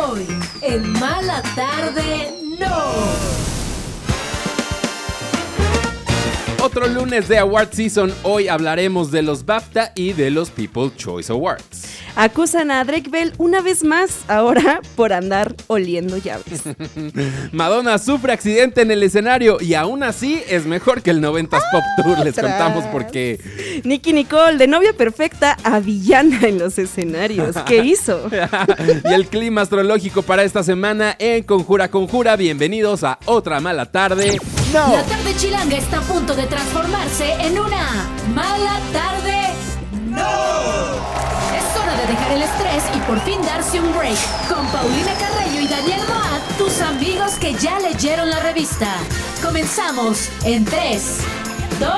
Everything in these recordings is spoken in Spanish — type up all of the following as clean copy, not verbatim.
Hoy, en Mala Tarde, no. Otro lunes de Award Season. Hoy hablaremos de los BAFTA y de los People's Choice Awards. Acusan a Drake Bell una vez más, ahora por andar oliendo llaves. Madonna sufre accidente en el escenario y aún así es mejor que el 90s Pop Tour. Les contamos por qué. Nicki Nicole, de novia perfecta a villana en los escenarios. ¿Qué hizo? Y el clima astrológico para esta semana en Conjura Conjura. Bienvenidos a otra Mala Tarde. ¡No! La tarde chilanga está a punto de transformarse en una Mala Tarde, no. Es hora de dejar el estrés y por fin darse un break. Con Paulina Carreño y Daniel Moat, tus amigos que ya leyeron la revista. Comenzamos en 3, 2...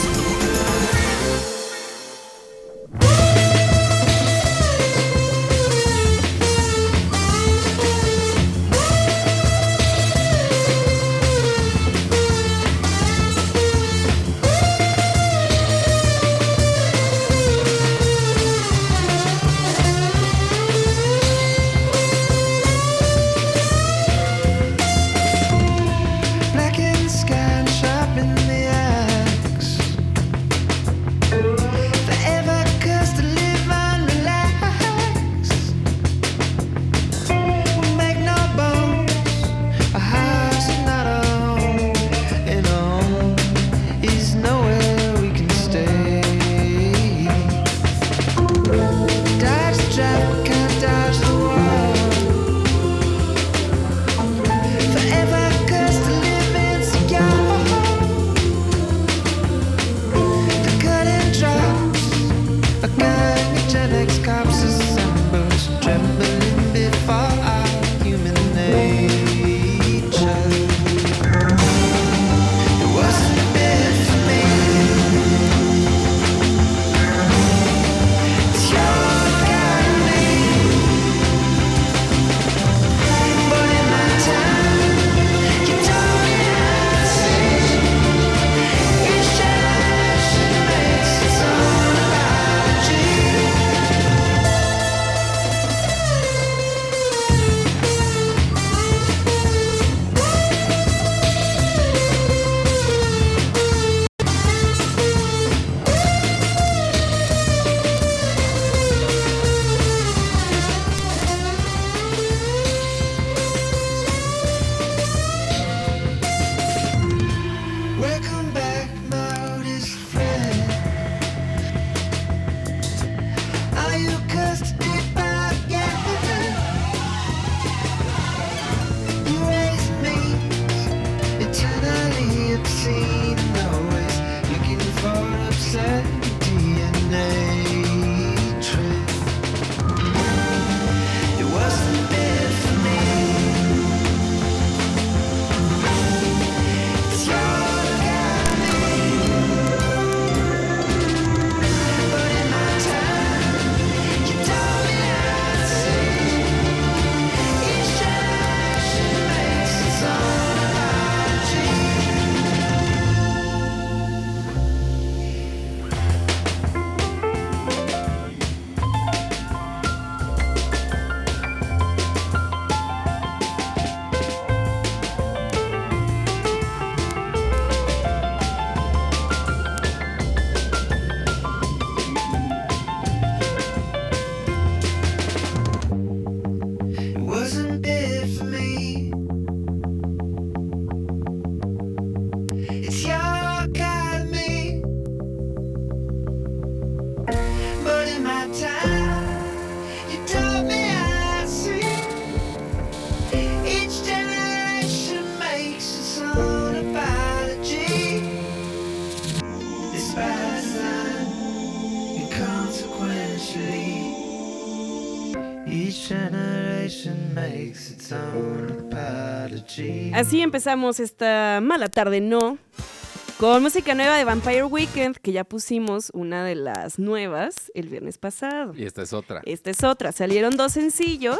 Así empezamos esta Mala Tarde, no, con música nueva de Vampire Weekend, que ya pusimos una de las nuevas el viernes pasado. Y esta es otra. Salieron 2 sencillos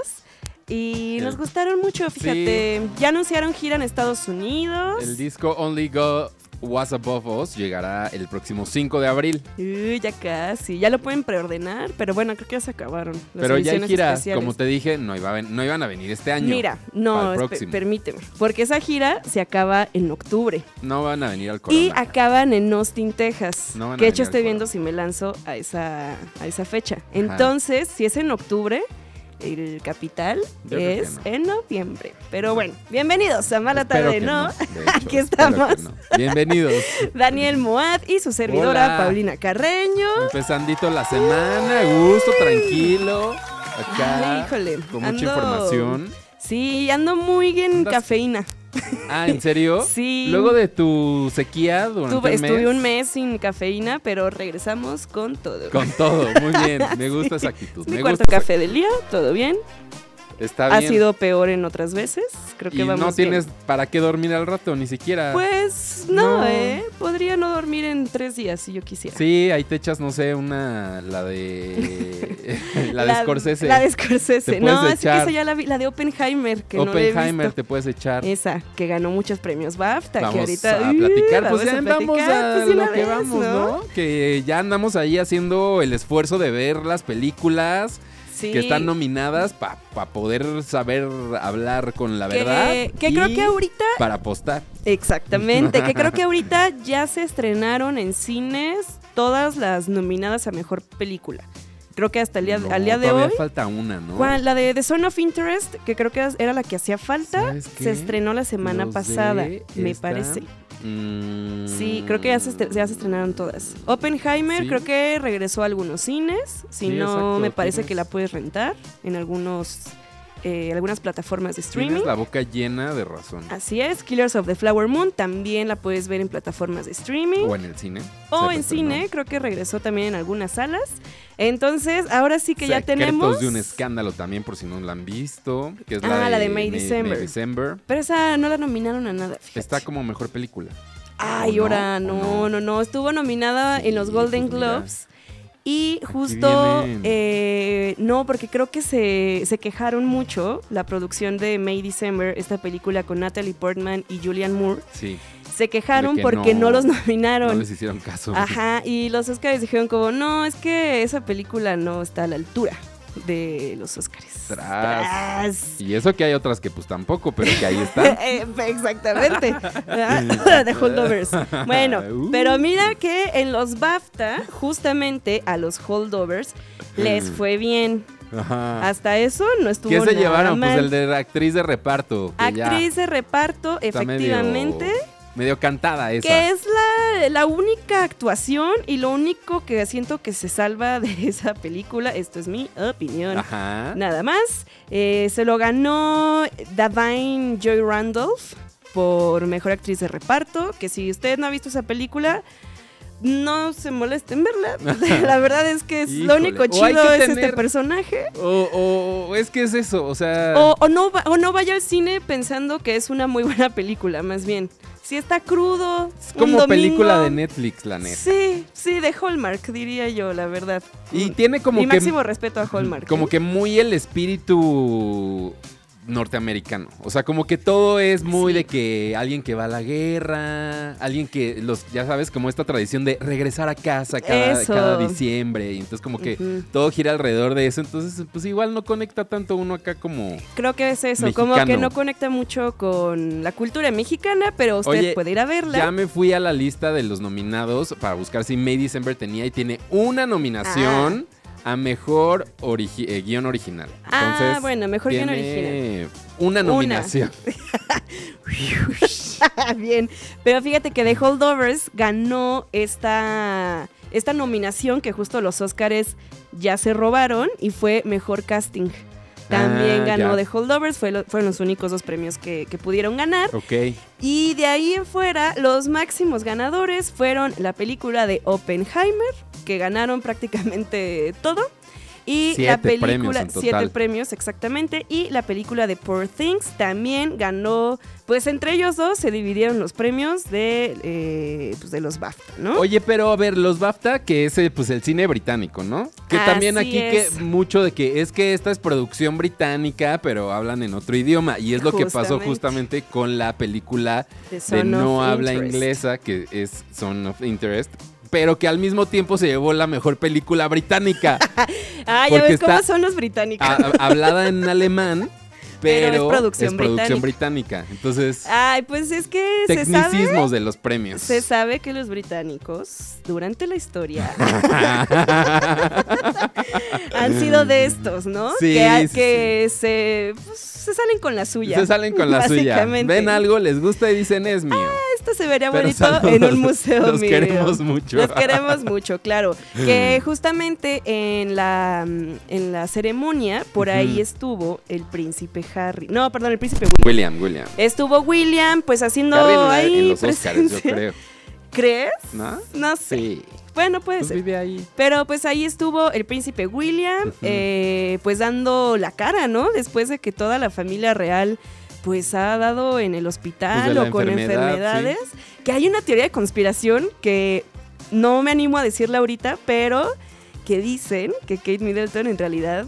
y nos gustaron mucho, fíjate. Sí. Ya anunciaron gira en Estados Unidos. El disco Only God What's Above Us llegará el próximo 5 de abril. Ya casi. Ya lo pueden preordenar, pero bueno, creo que ya se acabaron las Pero ya hay ediciones gira, especiales. como te dije, no iban a venir este año. Mira, no, para el próximo. permíteme, porque esa gira se acaba en octubre. No van a venir al Corona. Y acaban en Austin, Texas. No van a que de hecho venir al estoy viendo Corona. si me lanzo a esa fecha. Entonces, si es en octubre, el capital Yo creo es que no. en noviembre. Pero bueno, bienvenidos a Mala Espero Tarde, que ¿no? de hecho, Aquí espero estamos. que no. Bienvenidos. Daniel Moad y su servidora Hola. Paulina Carreño. Empezandito la semana, gusto, tranquilo. Acá, Ay, híjole, con mucha ando- información. Sí, ando muy en ¿Andas? cafeína. Ah, ¿en serio? Sí. Luego de tu sequía durante Estuve un mes sin cafeína, pero regresamos con todo. Con todo, muy bien. Me gusta esa actitud. Mi Me cuarto gusta esa café del día, todo bien. Está Ha bien. sido peor en otras veces. Creo que y vamos no tienes bien. para qué dormir al rato, ni siquiera. Pues no, No. Podría no dormir en 3 días si yo quisiera. Sí, ahí te echas, no sé, la de la de Scorsese. La de Scorsese. Te puedes No, es que echar. esa ya la vi, la de Oppenheimer, que no la he Oppenheimer visto. te puedes echar. Esa, que ganó muchos premios BAFTA, que Vamos ahorita a platicar, vamos pues ya a andamos platicar, a pues, de una lo que vez, vamos, ¿no? Que ya andamos ahí haciendo el esfuerzo de ver las películas Sí. que están nominadas para poder saber hablar con la verdad. Que creo y que ahorita para apostar. Exactamente, que creo que ahorita ya se estrenaron en cines todas las nominadas a Mejor Película. Creo que hasta el día, No, al día de todavía hoy, falta una, ¿no? La de The Zone of Interest, que creo que era la que hacía falta, ¿Sabes qué? se estrenó la semana Los pasada, de me esta, parece. Sí, creo que ya se estrenaron todas. Oppenheimer Sí. creo que regresó a algunos cines, si Sí, no exacto, me parece tienes- que la puedes rentar en algunas plataformas de streaming. Tienes la boca llena de razón. Así es, Killers of the Flower Moon también la puedes ver en plataformas de streaming. O en el cine. O Se en estrenó. cine, creo que regresó también en algunas salas. Entonces, ahora sí que ya Secretos tenemos... de un escándalo también, por si no la han visto. Que es la de May December. December. Pero esa no la nominaron a nada, fíjate. Está como mejor película. Ay, ¿O ahora no? no. Estuvo nominada Sí, en los Golden pues mira. Globes. Y justo, vienen. no, porque creo que se quejaron mucho la producción de May December, esta película con Natalie Portman y Julianne Moore. Sí. Se quejaron De que porque no los No nominaron. les hicieron caso. Ajá, y los Oscars dijeron como, no, es que esa película no está a la altura de los Oscars. Tras. Y eso que hay otras que pues tampoco, pero que ahí están. Exactamente. The Holdovers. Bueno, pero mira que en los BAFTA, justamente a los Holdovers les fue bien. Ajá. Hasta eso no estuvo ¿Qué se nada llevaron? mal. Pues el de la actriz de reparto. Que ya Actriz de reparto, está efectivamente. Medio cantada esa. Que es la única actuación y lo único que siento que se salva de esa película. Esto es mi opinión. Ajá. Nada más. Se lo ganó Da'Vine Joy Randolph por mejor actriz de reparto. Que si usted no ha visto esa película, no se moleste en verla. La verdad es que es lo Híjole. único O hay chido que es este tener- personaje. O es que es eso, o sea. O no vaya al cine pensando que es una muy buena película, más bien. Si está crudo, es un como domingo, película de Netflix, la neta. Sí, de Hallmark, diría yo, la verdad. Y tiene como Mi que. máximo respeto a Hallmark. Como ¿eh? que muy el espíritu norteamericano. O sea, como que todo es muy Sí. de que alguien que va a la guerra, alguien que ya sabes, como esta tradición de regresar a casa Eso. cada diciembre. Y entonces como que Ujú. todo gira alrededor de eso. Entonces, pues igual no conecta tanto uno acá como. Creo que es eso, como mexicano. que no conecta mucho con la cultura mexicana, pero usted Oye, puede ir a verla. Ya me fui a la lista de los nominados para buscar si May December tenía y tiene una nominación a mejor guión original. Entonces, bueno, mejor guión tiene una nominación. Bien, pero fíjate que The Holdovers ganó esta nominación que justo los Óscares ya se robaron y fue mejor casting. También ganó ya. The Holdovers, fueron los únicos 2 premios que pudieron ganar. Ok. Y de ahí en fuera, los máximos ganadores fueron la película de Oppenheimer, que ganaron prácticamente todo. Y 7 la película, premios en total. 7 premios exactamente, y la película de Poor Things también ganó, pues entre ellos dos se dividieron los premios pues de los BAFTA, ¿no? Oye, pero a ver, los BAFTA, que es pues el cine británico, ¿no? Que también Así aquí es. que mucho de que es que esta es producción británica, pero hablan en otro idioma. Y es lo que pasó justamente con la película The de Son no of habla Interest. inglesa, que es Son of Interest, pero que al mismo tiempo se llevó la mejor película británica. Ah, ya porque ves cómo está son los británicos. Hablada en alemán, pero es producción británica. Entonces, Ay, pues es que se sabe, tecnicismos de los premios. se sabe que los británicos, durante la historia, han sido de estos, ¿no? Sí, que se salen con la suya. Se salen con la suya. básicamente. Ven algo, les gusta y dicen es mío. Esto se vería Pero bonito saludos, en un museo los mío. queremos mucho. Los queremos mucho, claro. Que justamente en la ceremonia, por ahí estuvo el príncipe Harry. No, perdón, el príncipe William. William. Estuvo William, pues haciendo Harry ahí en los Oscars, yo presencia. creo. ¿Crees? ¿No? No sé. Sí. Bueno, puede Pues ser. vive ahí. Pero pues ahí estuvo el príncipe William, pues dando la cara, ¿no? Después de que toda la familia real pues ha dado en el hospital Pues de la o con enfermedad, enfermedades. Que hay una teoría de conspiración que no me animo a decirla ahorita, pero que dicen que Kate Middleton en realidad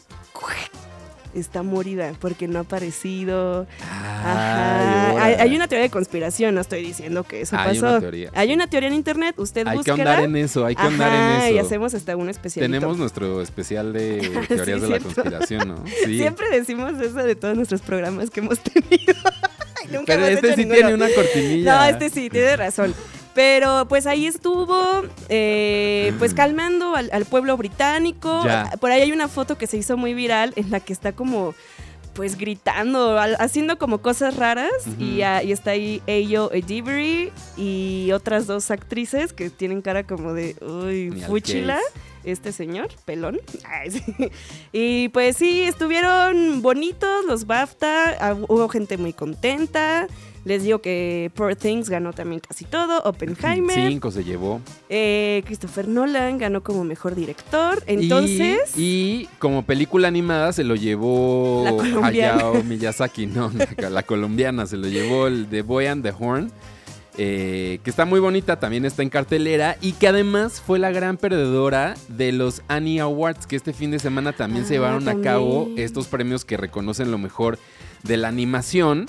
está morida porque no ha aparecido. Ajá. Hay una teoría de conspiración, no estoy diciendo que eso Hay pasó. una teoría, Hay sí. una teoría en internet, usted Hay que búsquela. ahondar en eso, hay que ahondar en Ajá, eso. y hacemos hasta un especialito. Tenemos nuestro especial de teorías Sí, de la cierto. conspiración, ¿no? Sí. Siempre decimos eso de todos nuestros programas que hemos tenido. Ay, nunca Pero hemos este hecho sí ninguno. tiene una cortinilla. No, este sí, tiene razón. Pero pues ahí estuvo, pues calmando al pueblo británico. Ya. Por ahí hay una foto que se hizo muy viral en la que está como, pues gritando, haciendo como cosas raras. Y está ahí Ayo Edebiri y otras 2 actrices que tienen cara como de, uy, Ni al fúchila. case. Este señor, pelón. Ay, sí. Y pues sí, estuvieron bonitos los BAFTA, hubo gente muy contenta. Les digo que Poor Things ganó también casi todo, Oppenheimer. 5 se llevó. Christopher Nolan ganó como mejor director. Entonces, Y como película animada se lo llevó La colombiana. Hayao Miyazaki, no, la colombiana se lo llevó el The Boy and the Horn. Que está muy bonita, también está en cartelera y que además fue la gran perdedora de los Annie Awards, que este fin de semana también se llevaron a cabo estos premios que reconocen lo mejor de la animación.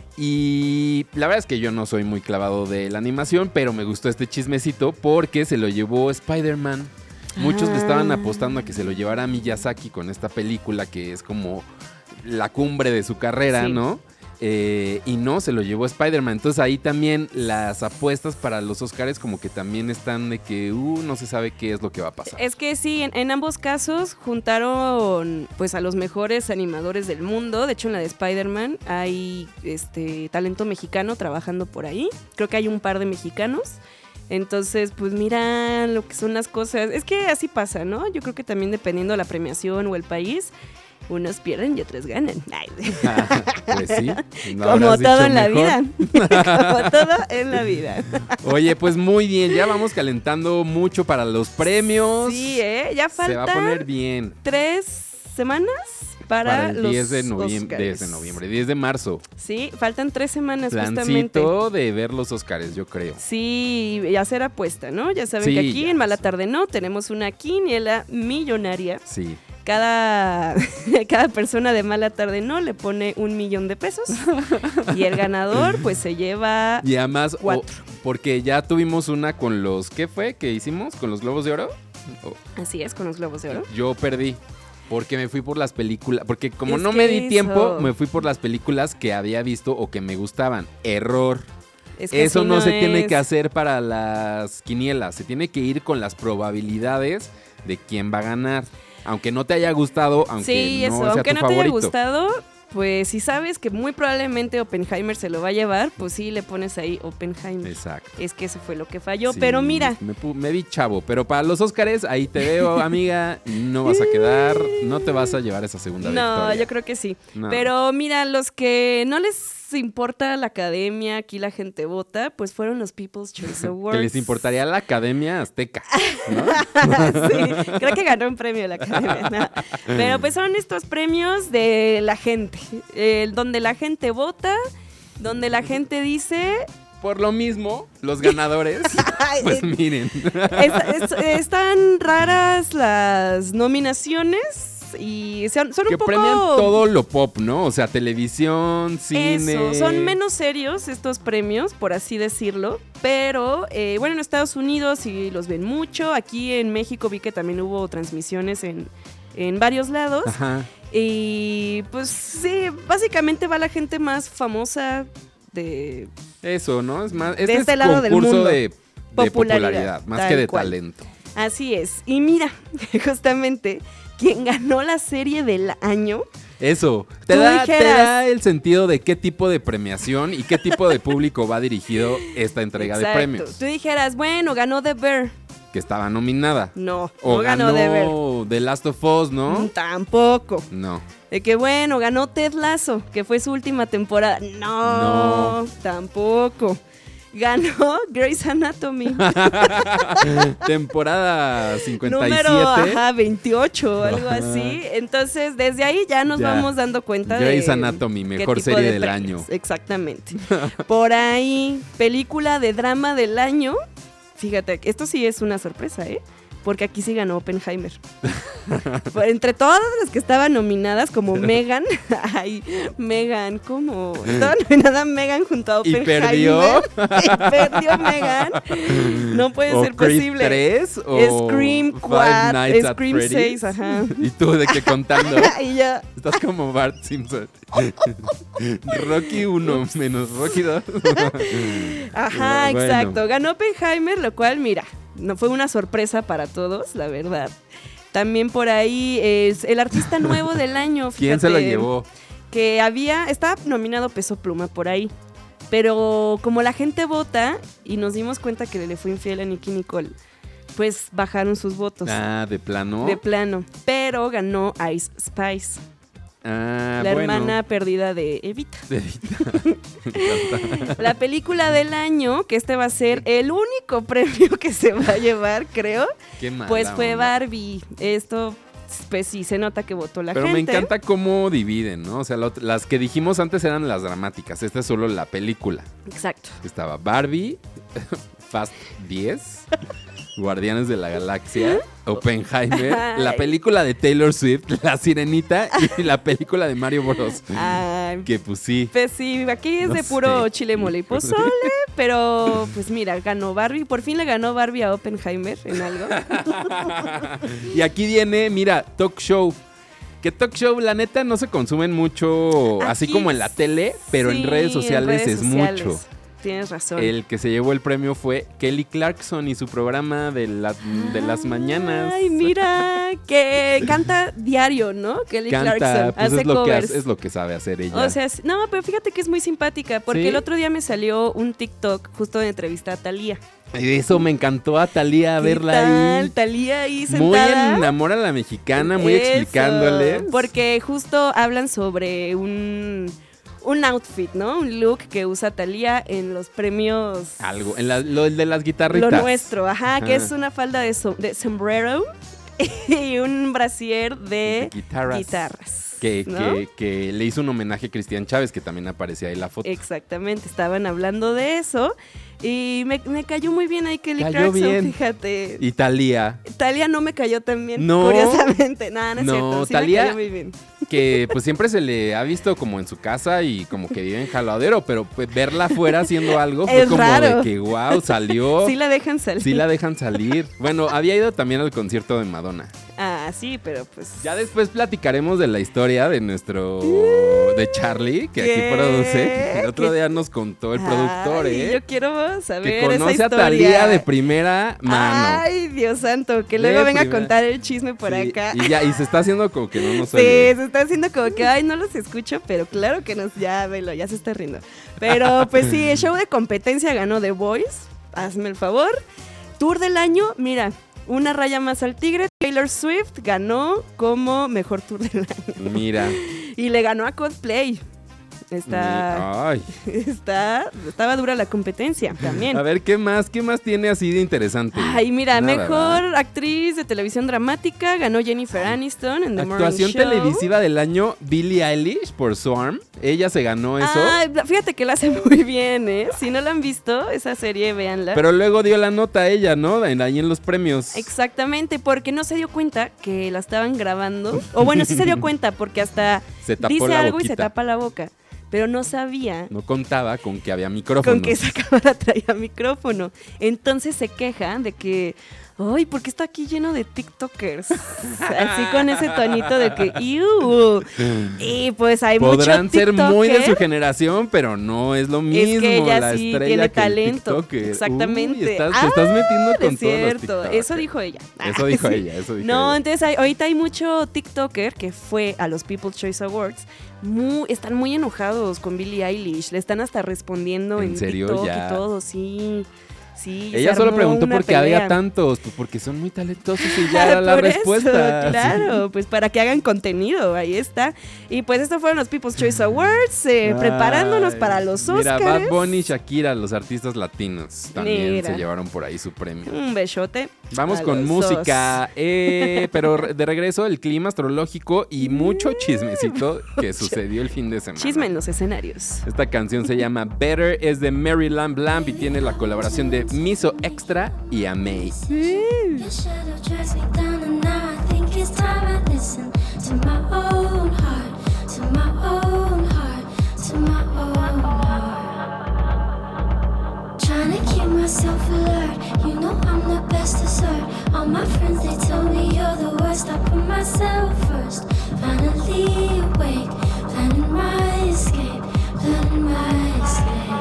Y la verdad es que yo no soy muy clavado de la animación, pero me gustó este chismecito porque se lo llevó Spider-Man. Muchos le estaban apostando a que se lo llevara Miyazaki con esta película que es como la cumbre de su carrera, Sí. ¿no? Y no, se lo llevó Spider-Man. Entonces ahí también las apuestas para los Oscars como que también están de que no se sabe qué es lo que va a pasar. es que sí, en ambos casos juntaron pues a los mejores animadores del mundo. De hecho, en la de Spider-Man hay talento mexicano trabajando por ahí. Creo que hay un par de mexicanos. Entonces, pues mira lo que son las cosas. Es que así pasa, ¿no? Yo creo que también dependiendo de la premiación o el país, unos pierden y otros ganan. Ay. Pues sí. ¿no Como habrás todo dicho en la mejor? vida. Como todo en la vida. Oye, pues muy bien, ya vamos calentando mucho para los premios. Sí, ya Se va a faltan poner bien. 3 semanas para el los 10 de noviembre, Oscars. 10 de marzo. Sí, faltan 3 semanas justamente. Plancito de ver los Oscars, yo creo. Sí, y hacer apuesta, ¿no? Ya saben Sí, que aquí ya, en Mala sí. Tarde No tenemos una quiniela millonaria. Sí. Cada persona de Mala Tarde No le pone $1,000,000 de pesos y el ganador pues se lleva Y además, 4. porque ya tuvimos una con los, ¿qué fue? ¿Qué hicimos? ¿Con los Globos de Oro? Así es, con los Globos de Oro. Yo perdí. Porque me fui por las películas. Porque como Es no que me di eso. tiempo, me fui por las películas que había visto o que me gustaban. Error. Es que Eso así no se tiene es. que hacer para las quinielas. Se tiene que ir con las probabilidades de quién va a ganar. Aunque no te haya gustado, aunque Sí, no eso, sea aunque tu no te haya favorito. gustado, pues si sabes que muy probablemente Oppenheimer se lo va a llevar, pues sí le pones ahí Oppenheimer. Exacto. Es que eso fue lo que falló, Sí, pero mira, Me vi chavo, pero para los Óscares, ahí te veo, amiga. No vas a quedar, no te vas a llevar esa segunda no, victoria. yo creo que sí. No. Pero mira, los que no les importa la academia, aquí la gente vota, pues fueron los People's Choice Awards. Que les importaría la Academia Azteca, ¿no? Sí, creo que ganó un premio la academia. No. Pero pues son estos premios de la gente, donde la gente vota, donde la gente dice... Por lo mismo, los ganadores, pues miren. Están raras las nominaciones y son un que poco... premian todo lo pop, ¿no? O sea, televisión, cine... Eso, son menos serios estos premios, por así decirlo. Pero, bueno, en Estados Unidos sí los ven mucho. Aquí en México vi que también hubo transmisiones en varios lados. Ajá. Y pues sí, básicamente va la gente más famosa de... Eso, ¿no? Es más, de este este es lado del concurso mundo. de popularidad, más tal que de cual. talento. Así es. Y mira, justamente, quien ganó la serie del año... Eso, Tú te dijeras- da el sentido de qué tipo de premiación y qué tipo de público va dirigido esta entrega de Exacto. premios. Tú dijeras, bueno, ganó The Bear. Que estaba nominada. No, O no ganó The Bear. The Last of Us, ¿no? Tampoco. No. De que bueno, ganó Ted Lasso, que fue su última temporada. No, tampoco. Ganó Grey's Anatomy. Temporada 57. Número 28 o algo Ajá. así. Entonces, desde ahí ya nos Ya. vamos dando cuenta Grey's de Anatomy, qué mejor tipo serie de del premios. año. Exactamente. Por ahí, película de drama del año. Fíjate, esto sí es una sorpresa, ¿eh? Porque aquí sí ganó Oppenheimer. Entre todas las que estaban nominadas, como Megan. Ay, Megan, ¿cómo? Estaba nominada Megan junto a ¿Y Oppenheimer. perdió? Y perdió Megan. No puede ¿O ser Creed posible. 3 o Scream Five 4, Nights at Scream Freddy's? 6, ajá. ¿Y tú de qué contando? Y yo, Estás como Bart Simpson. Rocky 1 menos Rocky 2. ajá, Bueno. exacto. Ganó Oppenheimer, lo cual, mira, no fue una sorpresa para todos, la verdad. También por ahí es el artista nuevo del año. ¿Quién se lo fíjate, llevó? Que estaba nominado Peso Pluma por ahí. Pero como la gente vota y nos dimos cuenta que le fue infiel a Nicki Nicole, pues bajaron sus votos. Ah, de plano. De plano. Pero ganó Ice Spice, Ah, la bueno. hermana perdida de Evita. Me encanta. La película del año, que este va a ser el único premio que se va a llevar, creo, Qué mala pues fue onda. Barbie. Esto, pues sí, se nota que votó la Pero gente. me encanta cómo dividen, ¿no? O sea, las que dijimos antes eran las dramáticas. Esta es solo la película. Exacto. Estaba Barbie, Fast 10, Guardianes de la Galaxia, Oppenheimer, la Ay. película de Taylor Swift, La Sirenita y la película de Mario Bros. Ay, Que pues sí. pues sí, aquí es No de puro sé. chile, mole y pozole, pero pues mira, ganó Barbie. Por fin le ganó Barbie a Oppenheimer en algo. Y aquí viene, mira, talk show. Que talk show, la neta, no se consumen mucho así Aquí como en la tele, pero en sí, redes sociales redes es sociales. mucho. Tienes razón. El que se llevó el premio fue Kelly Clarkson y su programa de las mañanas. Ay, mira, que canta diario, ¿no? Kelly Canta, Clarkson pues hace es lo, covers. es lo que sabe hacer ella. O sea, no, pero fíjate que es muy simpática, porque ¿Sí? el otro día me salió un TikTok justo de entrevista a Thalía. Eso me encantó a Thalía verla ahí. Thalía ahí Muy sentada. en Amor a la Mexicana, muy Eso, explicándole. Porque justo hablan sobre un outfit, ¿no? Un look que usa Thalía en los premios. Algo, lo de las guitarritas. Lo nuestro, ajá, que Ajá. es una falda de sombrero y un brasier de guitarras. ¿no? Que le hizo un homenaje a Cristian Chávez, que también aparecía ahí la foto. Exactamente, estaban hablando de eso y me cayó muy bien ahí Kelly Cayó Clarkson, bien. fíjate. Y Thalía, Thalía no me cayó tan bien, No. curiosamente. No, no es No, cierto, sí Thalía- me cayó muy bien. que pues siempre se le ha visto como en su casa y como que vive en Jaladero, pero pues verla afuera haciendo algo fue Es como raro. de que wow, salió. Sí la dejan salir. Sí la dejan salir. Bueno, había ido también al concierto de Madonna. Ah, sí, pero pues... Ya después platicaremos de la historia de de Charlie, que ¿Qué? aquí produce. El otro ¿Qué? día nos contó el productor, Ay, yo quiero saber que conoce esa a historia. Thalía de primera mano. Ay, Dios santo, que De luego venga primera. a contar el chisme por Sí, acá. y se está haciendo como que no nos Sí, oye. se está haciendo como que, ay, no los escucho, pero claro que nos, ya, velo, ya se está riendo. Pero pues sí, el show de competencia ganó The Voice, hazme el favor. Tour del año, mira, una raya más al tigre, Taylor Swift ganó como mejor tour del año. Mira, Y le ganó a Coldplay. Estaba dura la competencia también. A ver, ¿qué más tiene así de interesante? Ay, mira, Nada, mejor ¿verdad? actriz de televisión dramática ganó Jennifer Aniston en The Morning Actuación Show. televisiva del año, Billie Eilish por Swarm. Ella se ganó eso. Ah, fíjate que la hace muy bien, ¿eh? Si no la han visto, esa serie, véanla. Pero luego dio la nota a ella, ¿no? Ahí en los premios. Exactamente, porque no se dio cuenta que la estaban grabando. O bueno, sí se dio cuenta porque hasta Se tapó dice la algo y se boquita. tapa la boca. Pero no sabía No contaba con que había micrófonos. con que esa cámara traía micrófono. Entonces se queja de que, ay, ¿por qué está aquí lleno de TikTokers? Así con ese tonito de que, ¡iu! Y pues hay Podrán mucho ser muy de su TikToker. generación, pero no es lo mismo. Es que ella la sí estrella tiene que el talento. TikToker. Exactamente. Uy, te estás metiendo con Es todos los cierto, TikTokers. eso dijo ella. Eso dijo Sí. ella, eso dijo No, ella. entonces ahorita hay mucho TikToker que fue a los People's Choice Awards. Están muy enojados con Billie Eilish. Le están hasta respondiendo ¿En en serio? TikTok Ya. y todo, sí. Sí, Ella se solo armó preguntó una por qué había pelea. tantos, pues porque son muy talentosos y ya era la Por eso, respuesta. claro, pues para que hagan contenido, ahí está. Y pues estos fueron los People's Choice Awards, preparándonos Ay, para los Mira, Oscars. Bad Bunny y Shakira, los artistas latinos, también Mira. se llevaron por ahí su premio. Un besote. Vamos a con los música, pero de regreso el clima astrológico y mucho chismecito que sucedió el fin de semana. Chisme en los escenarios. Esta canción se llama Better, es de Mary Lamb Lamb y tiene la colaboración de Miso Extra y Amei. Your shadow drags me down and now I think it's time I listen to my own heart, to my own heart, to my own heart. Trying to keep myself alert, you know I'm the best dessert. All my friends they tell me you're the worst. I put myself first, finally awake, planning my escape, planning my escape.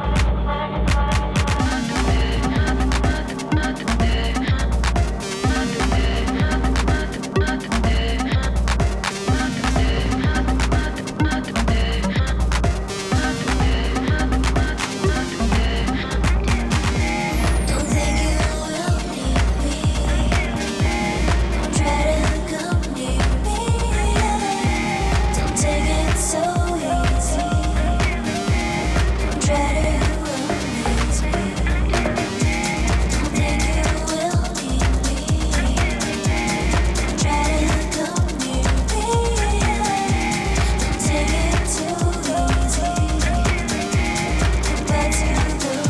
Don't think you will need me. Don't try to come near me. Don't take it so easy. Don't try to amaze me. Don't think you will need me. Don't try to come near me. Don't take it too easy. I'm about to go crazy.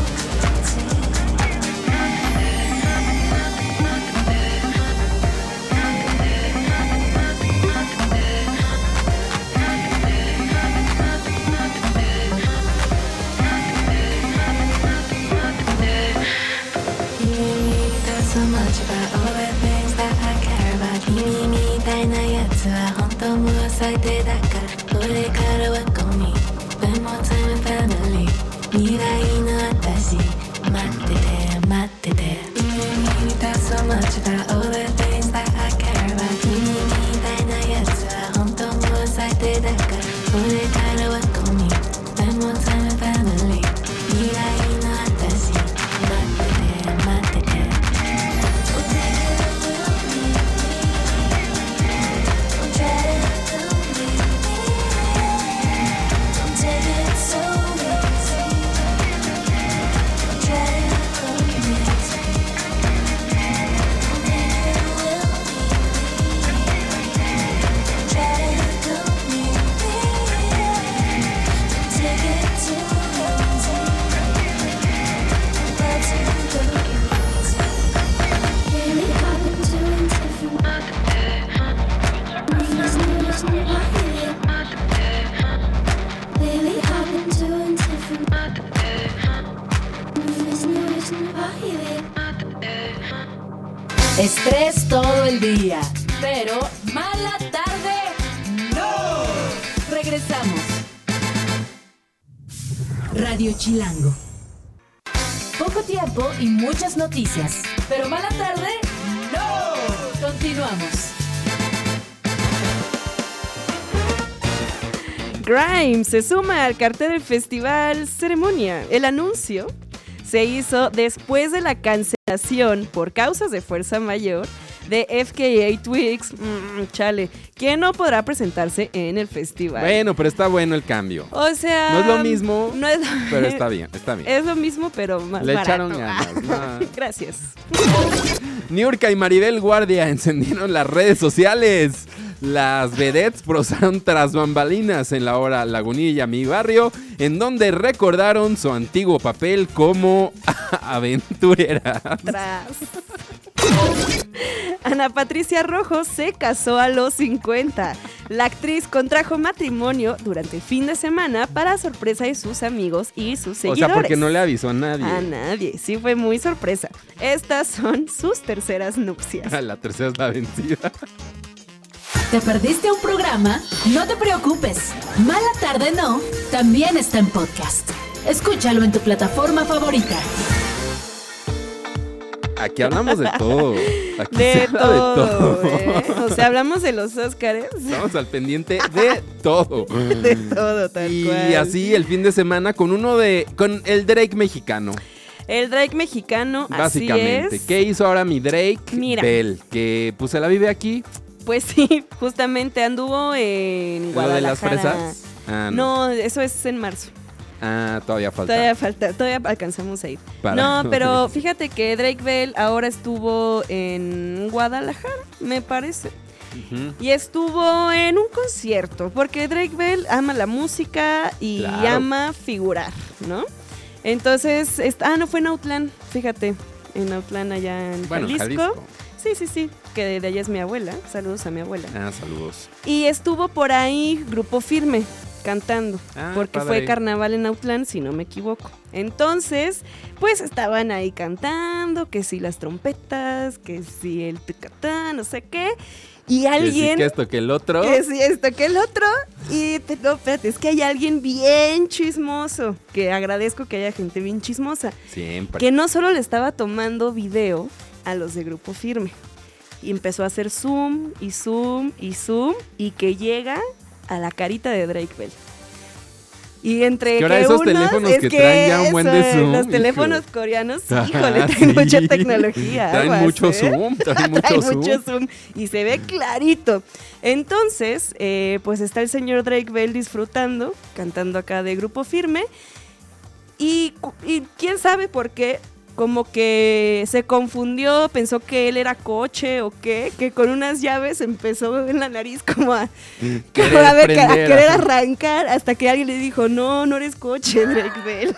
So much about all the things that I care about 君みたいなやつは本当もう最低だからこれからはゴミでもタイムファミリー未来の私待ってて待ってて君みたい So much about all the things that I care about 君みたいなやつは本当もう最低だからこれからはゴミでもタイムファミリー未来の私待ってて待ってて Estrés todo el día, pero mala tarde, ¡no! Regresamos. Radio Chilango. Poco tiempo y muchas noticias, pero mala tarde, ¡no! Continuamos. Grimes se suma al cartel del festival Ceremonia. El anuncio se hizo después de la cancelación por causas de fuerza mayor de FKA Twigs, chale, que no podrá presentarse en el festival. Bueno, pero está bueno el cambio. O sea, No es lo mismo, no es lo- pero está bien, está bien. Es lo mismo, pero más Le barato. echaron ganas, no. Gracias. Niurka y Maribel Guardia encendieron las redes sociales. Las vedettes posaron tras bambalinas en la obra Lagunilla, mi barrio, en donde recordaron su antiguo papel como aventureras. Tras. Ana Patricia Rojo se casó a los 50. La actriz contrajo matrimonio durante el fin de semana para sorpresa de sus amigos y sus O seguidores. sea, porque no le avisó a nadie. A nadie, sí fue muy sorpresa. Estas son sus terceras nupcias. La tercera es la vencida. ¿Te perdiste un programa? No te preocupes. Mala Tarde No también está en podcast. Escúchalo en tu plataforma favorita. Aquí hablamos de todo. Aquí se De habla todo, de todo. O sea, hablamos de los Óscares. Estamos al pendiente de todo. De todo, tal Y cual. así el fin de semana con con el Drake mexicano. El Drake mexicano, Básicamente. así es. ¿Qué hizo ahora mi Drake? Mira. Bell, que pues se la vive aquí. Pues sí, justamente anduvo en ¿Lo de las Guadalajara. fresas? Ah, No, eso es en marzo. Ah, todavía falta. Todavía alcanzamos a ir. Para- No, pero fíjate que Drake Bell ahora estuvo en Guadalajara, me parece. Ujú. Y estuvo en un concierto, porque Drake Bell ama la música y Claro. ama figurar, ¿no? Entonces, no fue en Autlán, fíjate, en Autlán allá en Bueno, Jalisco. Sí, que de allá es mi abuela, saludos a mi abuela. Ah, saludos. Y estuvo por ahí Grupo Firme cantando, Ah, porque padre. fue carnaval en Autlán, si no me equivoco. Entonces, pues estaban ahí cantando, que si las trompetas, que si el tecatán, no sé qué. Y alguien... Que esto, que el otro. Que si esto, que el otro. Y no, espérate, es que hay alguien bien chismoso, que agradezco que haya gente bien chismosa, Siempre. que no solo le estaba tomando video a los de Grupo Firme, y empezó a hacer zoom y zoom y zoom, y que llega a la carita de Drake Bell. Y entre Que ahora que esos unos, teléfonos es que traen ya un buen de eso, zoom, los hijo. teléfonos coreanos, Ajá, híjole, traen mucha sí. tecnología. Traen aguas, mucho ¿eh? zoom, traen mucho Trae zoom. mucho zoom y se ve clarito. Entonces, pues está el señor Drake Bell disfrutando, cantando acá de Grupo Firme. Y quién sabe por qué, como que se confundió, pensó que él era coche o qué, que con unas llaves empezó en la nariz como a querer arrancar, hasta que alguien le dijo, no eres coche, Drake Bell.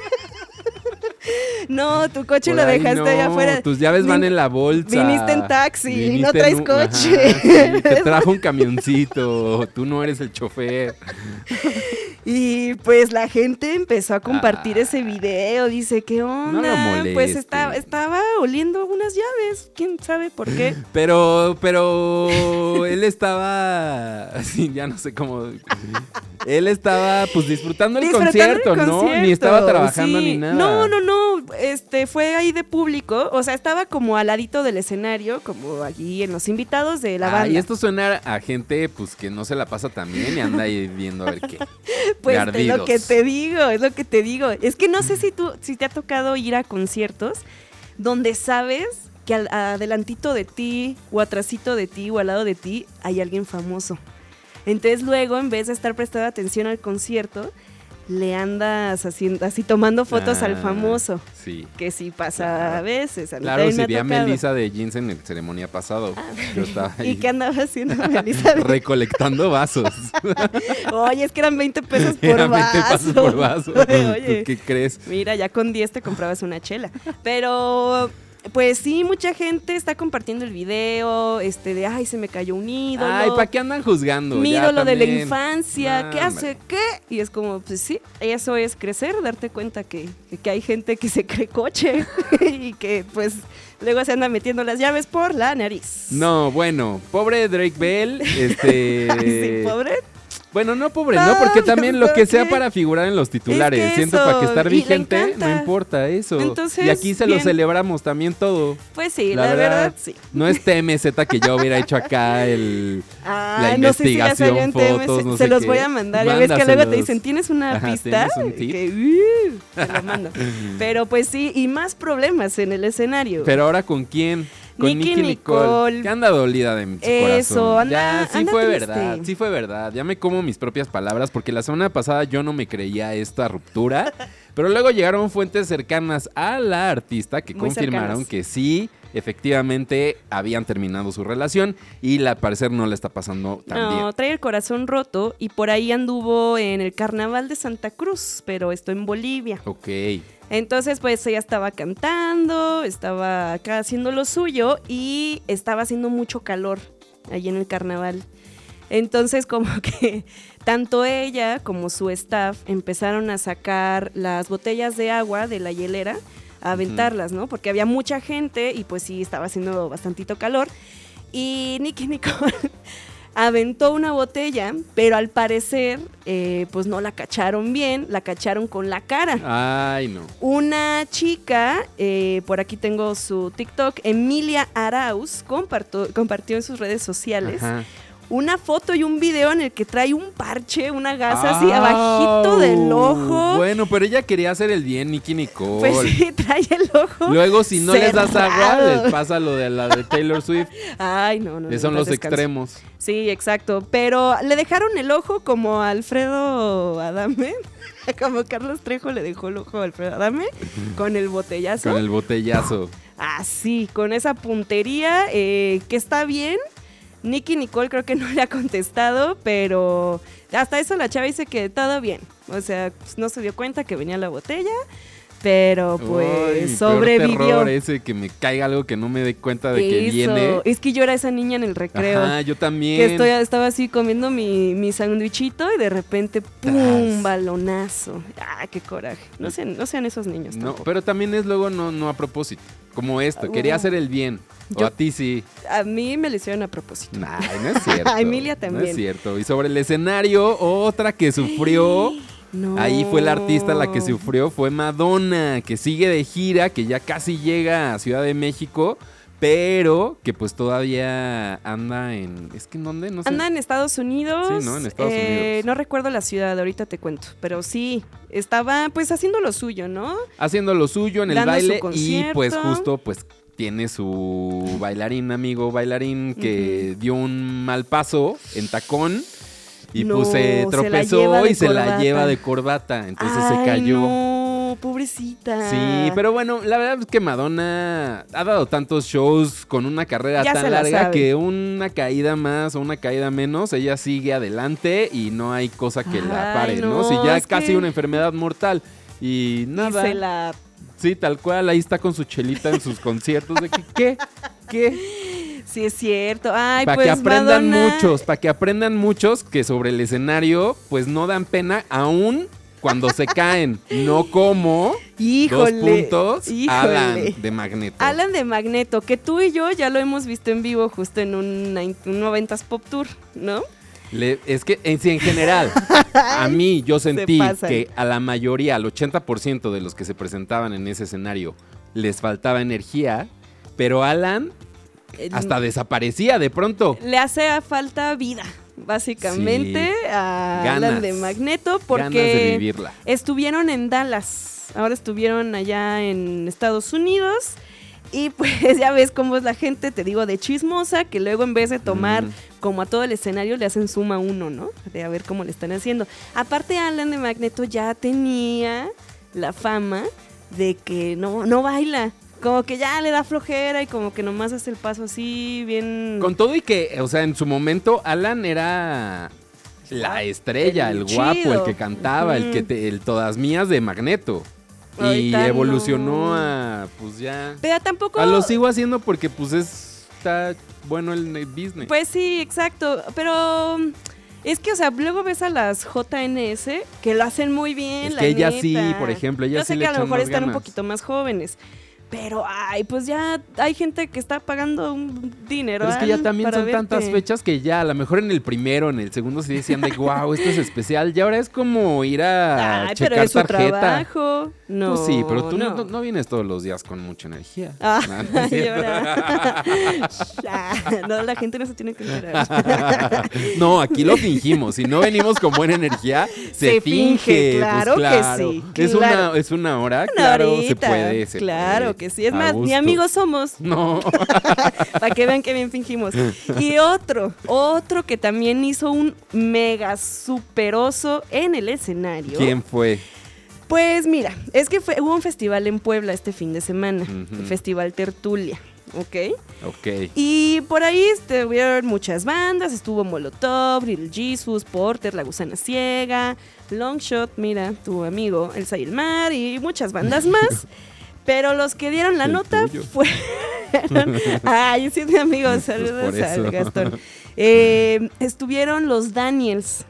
No, tu coche Por lo ahí dejaste no, allá afuera. Tus llaves van en la bolsa. Viniste en taxi, Viniste no traes en un- coche. Ajá, sí, te trajo un camioncito. Tú no eres el chofer. Y pues la gente empezó a compartir Ah. ese video. Dice, ¿qué onda? No lo moleste. Pues estaba oliendo unas llaves. ¿Quién sabe por qué? Pero él estaba, sí, ya no sé cómo. Él estaba pues disfrutando el concierto, ¿no? Ni estaba trabajando sí. ni nada. No. Fue ahí de público. O sea, estaba como al ladito del escenario, como allí en los invitados de la banda. Y esto suena a gente pues que no se la pasa tan bien y anda ahí viendo a ver qué. Pues de es lo ardidos. que te digo. Es que no sé si te ha tocado ir a conciertos donde sabes que adelantito de ti o atrasito de ti o al lado de ti hay alguien famoso. Entonces luego, en vez de estar prestando atención al concierto, le andas haciendo así tomando fotos al famoso. Sí. Que sí pasa Claro. a veces. A mí Claro, también si me vi ha a tocado. Melissa de Jeans en el ceremonia pasado. Yo estaba ahí ¿Y qué andaba haciendo Melissa? recolectando vasos. Oye, es que eran 20 pesos por Eran 20 vaso. pesos por vaso. Oye. ¿Tú qué crees? Mira, ya con 10 te comprabas una chela. Pero, pues sí, mucha gente está compartiendo el video, de, ay, se me cayó un ídolo. Ay, ¿para qué andan juzgando? Mi Ya ídolo de la también. infancia, No, ¿qué hace? hombre. ¿Qué? Y es como, pues sí, eso es crecer, darte cuenta que hay gente que se cree coche y que, pues, luego se anda metiendo las llaves por la nariz. No, bueno, pobre Drake Bell, Sí, pobre. Bueno, no pobre, no, porque también lo que sea para figurar en los titulares. Es que Siento eso, para que estar y le vigente, encanta. no importa eso. Entonces, y aquí se lo bien. celebramos también todo. Pues sí, la verdad, sí. No es TMZ que yo hubiera hecho acá la No sé si ya salió investigación, en TMZ, fotos, no se sé los qué. voy a mandar. Ya ves que luego te Mándaselos. dicen, ¿tienes una Ajá, pista? ¿tienes un tip? Te lo mando. Pero pues sí, y más problemas en el escenario. Pero ahora con quién? Con Nicki Nicki Nicole. Que anda dolida de su Eso, corazón. anda- Ya, sí anda fue triste. verdad, sí fue verdad. Ya me como mis propias palabras porque la semana pasada yo no me creía esta ruptura. Pero luego llegaron fuentes cercanas a la artista que Muy confirmaron cercanas. que sí, efectivamente habían terminado su relación y al parecer no le está pasando tan No, bien. trae el corazón roto y por ahí anduvo en el carnaval de Santa Cruz, pero esto en Bolivia. Ok. Entonces, pues ella estaba cantando, estaba acá haciendo lo suyo y estaba haciendo mucho calor allí en el carnaval. Entonces, como que tanto ella como su staff empezaron a sacar las botellas de agua de la hielera, a aventarlas, ¿no? Porque había mucha gente y pues sí, estaba haciendo bastantito calor. Y Nicki Nicole aventó una botella, pero al parecer, pues no la cacharon bien, la cacharon con la cara. Ay, no. Una chica, por aquí tengo su TikTok, Emilia Arauz, compartió en sus redes sociales Ajá. una foto y un video en el que trae un parche, una gasa así Au. abajito del ojo. Bueno, pero ella quería hacer el bien, Nicki Nicole. Pues sí, trae el ojo. Luego, si no les das agua, cerrado. les pasa lo de la de Taylor Swift. Ay, no. Que son en los paz descanse. extremos. Sí, exacto. Pero le dejaron el ojo como a Alfredo Adame. Como Carlos Trejo le dejó el ojo a Alfredo Adame con el botellazo. Con el botellazo. Así, con esa puntería, que está bien. Nicki Nicole creo que no le ha contestado, pero hasta eso la chava dice que todo bien. O sea, pues, no se dio cuenta que venía la botella, pero pues Ay, mi peor sobrevivió. terror ese que me caiga algo que no me dé cuenta de que Eso. viene. Es que yo era esa niña en el recreo. Ajá, yo también. Que estaba así comiendo mi sándwichito y de repente, ¡pum! Tras. Balonazo. ¡Ah, qué coraje! No sean esos niños No, tampoco. pero también es luego no a propósito. Como esto, quería hacer el bien. O Yo- a ti sí. A mí me lo hicieron a propósito. Ay, no es cierto. A Emilia No también. es cierto. Y sobre el escenario, otra que sufrió. No. Ahí fue la artista la que sufrió, fue Madonna, que sigue de gira, que ya casi llega a Ciudad de México, pero que pues todavía anda en... ¿Es que en dónde? No sé. Anda en Estados Unidos. Sí, ¿no? En Estados Unidos. No recuerdo la ciudad, ahorita te cuento. Pero sí, estaba pues haciendo lo suyo, ¿no? Haciendo lo suyo en el Dando su baile y concierto. pues justo pues tiene su bailarín que dio un mal paso en tacón y No, pues se se la tropezó lleva de y se la corbata. lleva de corbata, entonces se Ay, cayó. No, pobrecita. Sí, pero bueno, la verdad es que Madonna ha dado tantos shows con una carrera Ya se tan la larga sabe. que una caída más o una caída menos, ella sigue adelante y no hay cosa que la Ay, pare, ¿no? no, Si ya es es casi que- una enfermedad mortal y Y nada. se la... Sí, tal cual, ahí está con su chelita en sus conciertos. De que, ¿qué? Sí, es cierto. Ay, Para pues que aprendan Madonna... para que aprendan muchos que sobre el escenario, pues no dan pena aún cuando se caen. No como Híjole. 2 puntos, híjole. Alan de Magneto. Alan de Magneto, que tú y yo ya lo hemos visto en vivo justo en un 90s Pop Tour, ¿no? Es que en general, a mí yo sentí pasan. que a la mayoría, al 80% de los que se presentaban en ese escenario, les faltaba energía, pero Alan hasta desaparecía de pronto. Le hace falta vida, básicamente, a Ganas. Alan de Magneto, Ganas de porque vivirla. estuvieron en Dallas, ahora estuvieron allá en Estados Unidos. Y pues ya ves cómo es la gente, te digo, de chismosa, que luego en vez de tomar como a todo el escenario le hacen suma 1, ¿no? De a ver cómo le están haciendo. Aparte, Alan de Magneto ya tenía la fama de que no baila. Como que ya le da flojera y como que nomás hace el paso así, bien... Con todo y que, o sea, en su momento Alan era la estrella, el guapo, chido. el que cantaba, el todas mías de Magneto. Y Ahorita evolucionó no. a, pues ya... Pero tampoco... Lo sigo haciendo porque pues está bueno el business. Pues sí, exacto. Pero es que, o sea, luego ves a las JNS que lo hacen muy bien. Es la que ella neta. sí, por ejemplo, ella Yo sí sé le que a lo echan mejor más están un ganas. poquito más jóvenes. Pero, ay, pues ya hay gente que está pagando un dinero. Pero es que ya también son tantas fechas que ya, a lo mejor en el primero, en el segundo sí decían de wow, esto es especial. Y ahora es como ir a Ay, checar pero es su tarjeta. trabajo. No, Pues sí, pero tú no vienes todos los días con mucha energía. Ah, No, no es y cierto. ahora- no, la gente no se tiene que enterar. No, aquí lo fingimos. Si no venimos con buena energía, se finge. claro Pues que claro. sí, Es claro. es una hora, Una claro, horita, se claro, Claro que sí. Es A más, gusto. ni amigos somos. No. Para que vean que bien fingimos. Y otro que también hizo un mega superoso en el escenario. ¿Quién fue? Pues mira, es que hubo un festival en Puebla este fin de semana, Ujú. el Festival Tertulia, ¿ok? Ok. Y por ahí estuvieron muchas bandas, estuvo Molotov, Little Jesus, Porter, La Gusana Ciega, Longshot, mira, tu amigo El Sayilmar y muchas bandas más. Pero los que dieron la El nota tuyo. fueron... Ay, sí, mi amigo, saludos por eso. al Gastón. Estuvieron los Daniels.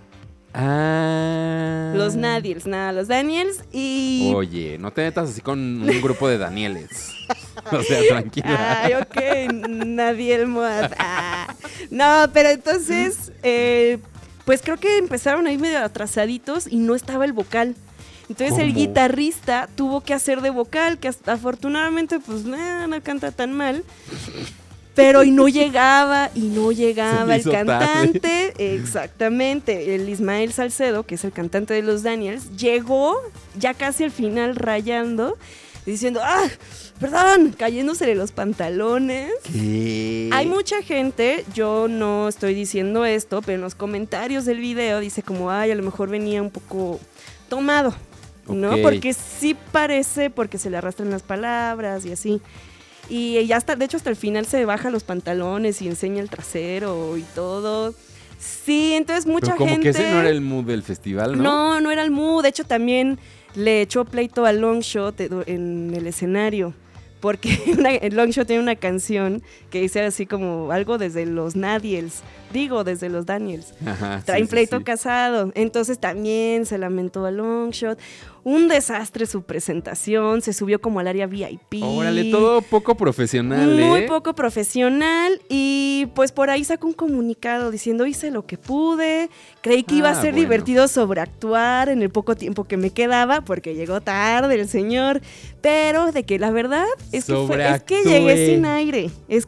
Ah. Los Nadiels, los Daniels y... Oye, no te metas así con un grupo de Danieles. O sea, tranquila. Ay, ok, Nadiel Moad. No, pero entonces, pues creo que empezaron ahí medio atrasaditos y no estaba el vocal. Entonces el ¿Cómo? guitarrista tuvo que hacer de vocal, que afortunadamente pues no canta tan mal. Pero y no llegaba Se le el hizo cantante, exactamente, el Ismael Salcedo, que es el cantante de los Daniels, llegó ya casi al final rayando, diciendo, perdón, cayéndosele los pantalones. ¿Qué? Hay mucha gente, yo no estoy diciendo esto, pero en los comentarios del video dice como, a lo mejor venía un poco tomado, ¿no? Ok. Porque sí parece, porque se le arrastran las palabras y así. Y ya de hecho hasta el final se baja los pantalones y enseña el trasero y todo. Sí, entonces mucha Pero como gente... que ese no era el mood del festival, ¿no? No era el mood. De hecho, también le echó pleito a Longshot en el escenario. Porque el Longshot tiene una canción que dice así como algo desde los Nadiels. Digo, desde los Daniels. Ajá, Traen sí, pleito sí. casado. Entonces también se lamentó a Longshot. Un desastre su presentación. Se subió como al área VIP. Órale, todo poco profesional, Muy ¿eh? poco profesional y pues por ahí sacó un comunicado diciendo hice lo que pude, creí que iba a ser bueno. divertido sobreactuar en el poco tiempo que me quedaba porque llegó tarde el señor, pero de que la verdad es que llegué sin aire,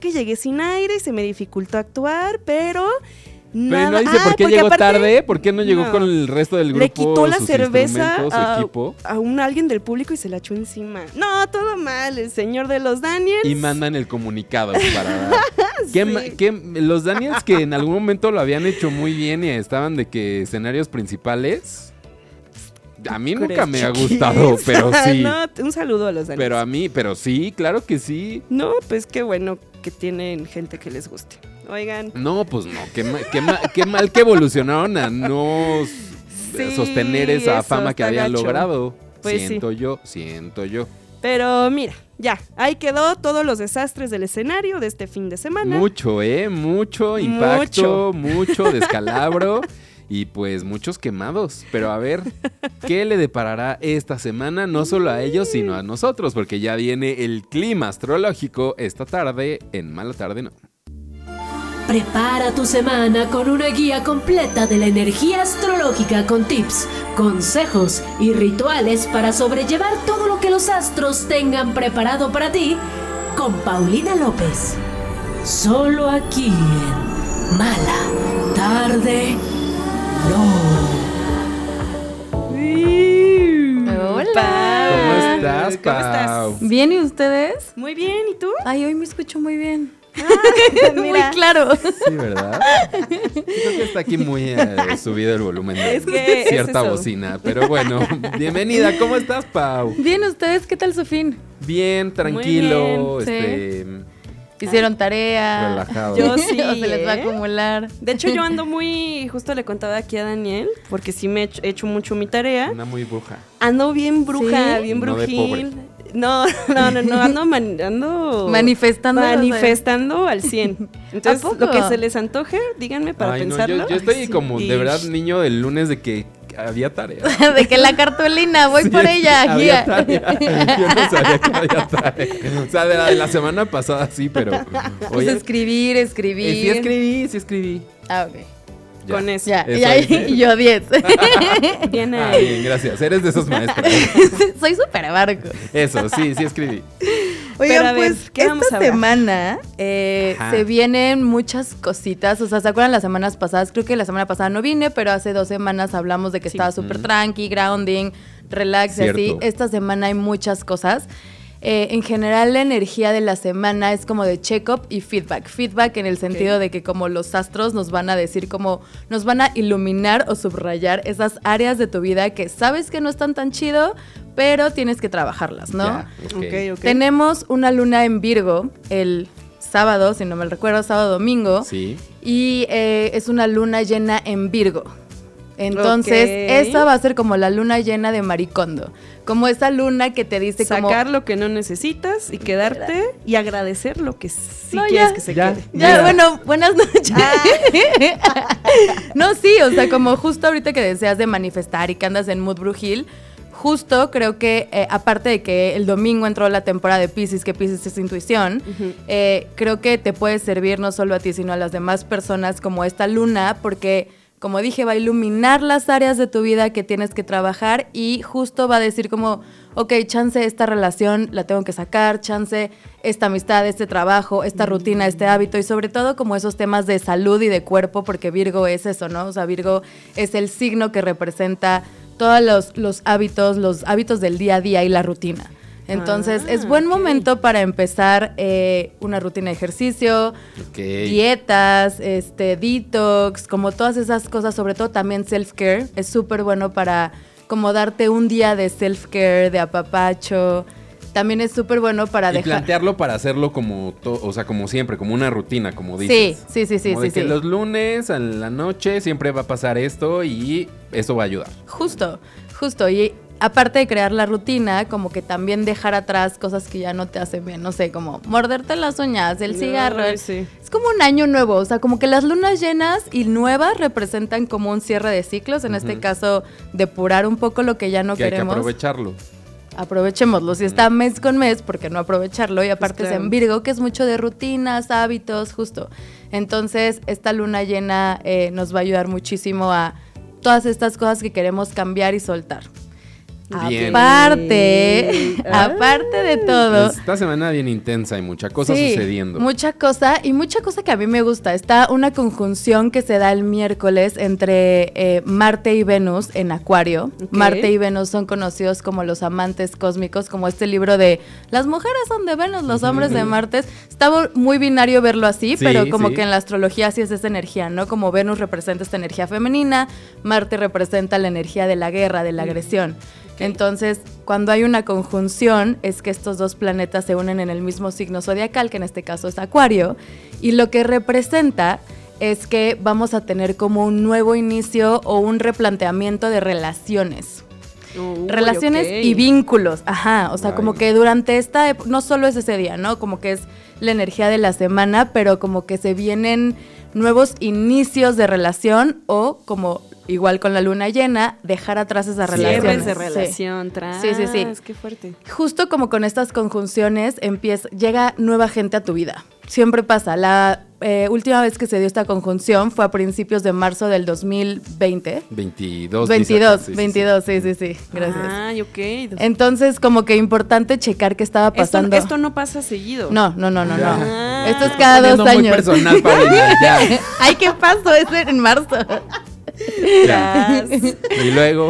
y se me dificultó actuar, pero... Pero no dice por qué porque llegó aparte- tarde, por qué no llegó No. con el resto del grupo. Le quitó la sus cerveza instrumentos, su equipo, a alguien del público y se la echó encima. No, todo mal, el señor de los Daniels. y mandan el comunicado para... ¿Qué Sí. ma- qué- los Daniels que en algún momento lo habían hecho muy bien y estaban de que escenarios principales... A mí nunca me ha gustado, pero sí. No, un saludo a los Daniels. Pero sí, claro que sí. No, pues qué bueno que tienen gente que les guste. Oigan. No, pues no, qué mal que evolucionaron a no Sí, sostener esa eso, fama que está habían gacho. logrado. Pues sí. Siento yo. Pero mira, ya, ahí quedó todos los desastres del escenario de este fin de semana. Mucho, mucho impacto, mucho descalabro y pues muchos quemados. Pero a ver, ¿qué le deparará esta semana? No solo a ellos, sino a nosotros, porque ya viene el clima astrológico esta tarde en Mala Tarde No. Prepara tu semana con una guía completa de la energía astrológica con tips, consejos y rituales para sobrellevar todo lo que los astros tengan preparado para ti con Paulina López. Solo aquí en Mala Tarde No. Hola. ¿Cómo estás, ¿Cómo estás? Pau? ¿Bien y ustedes? Muy bien, ¿y tú? Ay, hoy me escucho muy bien. Muy Mira. claro. Sí, ¿verdad? Creo que está aquí muy subido el volumen de Es que es cierta eso. bocina. Pero bueno, bienvenida. ¿Cómo estás, Pau? Bien, ¿ustedes qué tal su fin? Bien, tranquilo, Muy este, ¿Hicieron tarea? relajado. Yo sí, ¿O se les va a ¿eh? acumular? De hecho, yo ando justo le contaba aquí a Daniel, porque sí me he hecho mucho mi tarea. Una muy bruja. Ando bien bruja, ¿Sí? bien No de brujil. No, ando Manifestando. al 100. Entonces, ¿A poco? lo que se les antoje, díganme para Ay, no, pensarlo. yo estoy Ay, sí. como de verdad niño del lunes de que había tarea. De que la cartulina, voy Sí, por ella. había guía. tarea. Yo no sabía que había tarea. O sea, de la semana pasada sí, pero Pues escribir. sí escribí. Ah, ok. Ya. Con eso. Ya, Eso ya, es. y yo 10. Bien Ah, ahí. bien, gracias. Eres de esos maestros. Soy súper barco. Eso, sí escribí. Oigan, Pero a ver, pues ¿qué vamos a esta hablar? semana Ajá. se vienen muchas cositas. O sea, ¿se acuerdan las semanas pasadas? Creo que la semana pasada no vine, pero hace 2 semanas hablamos de que estaba súper tranqui, grounding, relax y Cierto. así. Esta semana hay muchas cosas. En general, la energía de la semana es como de check-up y feedback. Feedback en el sentido de que como los astros nos van a decir, como nos van a iluminar o subrayar esas áreas de tu vida que sabes que no están tan chido, pero tienes que trabajarlas, ¿no? Ya, ok. Tenemos una luna en Virgo el sábado, si no me recuerdo, sábado-domingo. Sí. Y es una luna llena en Virgo. Entonces, esa va a ser como la luna llena de Maricondo. Como esa luna que te dice sacar como... lo que no necesitas y quedarte y agradecer lo que sí No, quieres ya. que se Ya. quede. Ya, bueno, buenas noches. No, sí, o sea, como justo ahorita que deseas de manifestar y que andas en mood brujil, justo creo que, aparte de que el domingo entró la temporada de Piscis, que Piscis es intuición, creo que te puede servir no solo a ti, sino a las demás personas como esta luna, porque, como dije, va a iluminar las áreas de tu vida que tienes que trabajar y justo va a decir como, ok, chance esta relación la tengo que sacar, chance esta amistad, este trabajo, esta rutina, este hábito y sobre todo como esos temas de salud y de cuerpo, porque Virgo es eso, ¿no? O sea, Virgo es el signo que representa todos los hábitos del día a día y la rutina. Entonces, es buen momento para empezar una rutina de ejercicio, dietas, detox, como todas esas cosas, sobre todo también self-care. Es súper bueno para como darte un día de self-care, de apapacho. También es súper bueno para Y plantearlo para hacerlo como, o sea, como siempre, como una rutina, como dices. Sí. Como de que los lunes a la noche siempre va a pasar esto y eso va a ayudar. Justo. Y aparte de crear la rutina, como que también dejar atrás cosas que ya no te hacen bien. No sé, como morderte las uñas, el cigarro. Sí. Es como un año nuevo. O sea, como que las lunas llenas y nuevas representan como un cierre de ciclos. En este caso, depurar un poco lo que ya no Que hay que queremos. aprovecharlo. Aprovechémoslo. Si está mes con mes, ¿por qué no aprovecharlo? Y aparte Pues claro. es en Virgo, que es mucho de rutinas, hábitos, justo. Entonces, esta luna llena nos va a ayudar muchísimo a todas estas cosas que queremos cambiar y soltar. Bien. Aparte de todo. Esta semana bien intensa y mucha cosa sucediendo. Mucha cosa que a mí me gusta. Está una conjunción que se da el miércoles entre Marte y Venus en Acuario. Ok. Marte y Venus son conocidos como los amantes cósmicos, como este libro de las mujeres son de Venus, los hombres de Marte. Está muy binario verlo así, Sí, pero como sí. que en la astrología sí es esa energía, ¿no? Como Venus representa esta energía femenina, Marte representa la energía de la guerra, de la agresión. Entonces, cuando hay una conjunción, es que estos dos planetas se unen en el mismo signo zodiacal, que en este caso es Acuario, y lo que representa es que vamos a tener como un nuevo inicio o un replanteamiento de relaciones. Relaciones ok. y vínculos, ajá, o sea, Ay. como que durante esta no solo es ese día, ¿no? Como que es la energía de la semana, pero como que se vienen nuevos inicios de relación o como igual con la luna llena, dejar atrás esas relaciones. Cierres de Sí. relación, tras. Sí. Qué fuerte. Justo como con estas conjunciones llega nueva gente a tu vida. Siempre pasa. La última vez que se dio esta conjunción fue a principios de marzo del 2020. 22. 22, dice acá, sí. Gracias. Ay, ok. Entonces, como que importante checar qué estaba pasando. Esto no pasa seguido. No. Ya. Esto es cada Poniendo 2 muy años. personal para ella, ya. Ay, ¿qué pasó? Eso era en marzo. Ya. Y luego.